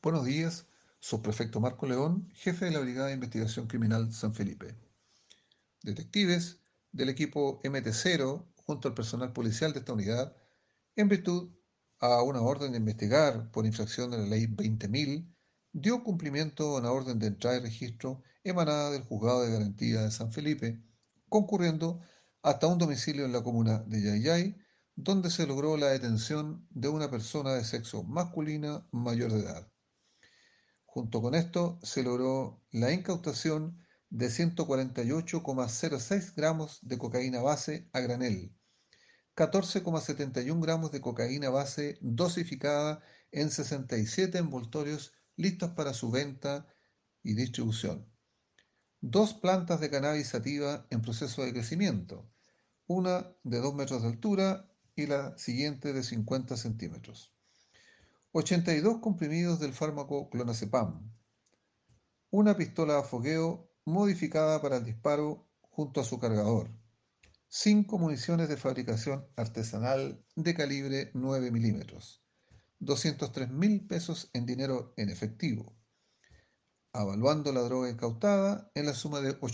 Buenos días, subprefecto Marco León, jefe de la Brigada de Investigación Criminal San Felipe. Detectives del equipo MT0, junto al personal policial de esta unidad, en virtud a una orden de investigar por infracción de la Ley 20.000, dio cumplimiento a una orden de entrada y registro emanada del Juzgado de Garantía de San Felipe, concurriendo hasta un domicilio en la comuna de Yayay, donde se logró la detención de una persona de sexo masculina mayor de edad. Junto con esto, se logró la incautación de 148,06 gramos de cocaína base a granel, 14,71 gramos de cocaína base dosificada en 67 envoltorios listos para su venta y distribución, dos plantas de cannabis sativa en proceso de crecimiento, una de 2 metros de altura y la siguiente de 50 centímetros, 82 comprimidos del fármaco clonazepam, una pistola a fogueo modificada para el disparo junto a su cargador, 5 municiones de fabricación artesanal de calibre 9 milímetros, 203.000 pesos en dinero en efectivo, avaluando la droga incautada en la suma de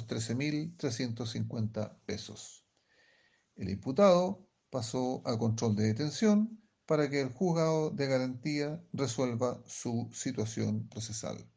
813.350 pesos. El imputado pasó a control de detención para que el juzgado de garantía resuelva su situación procesal.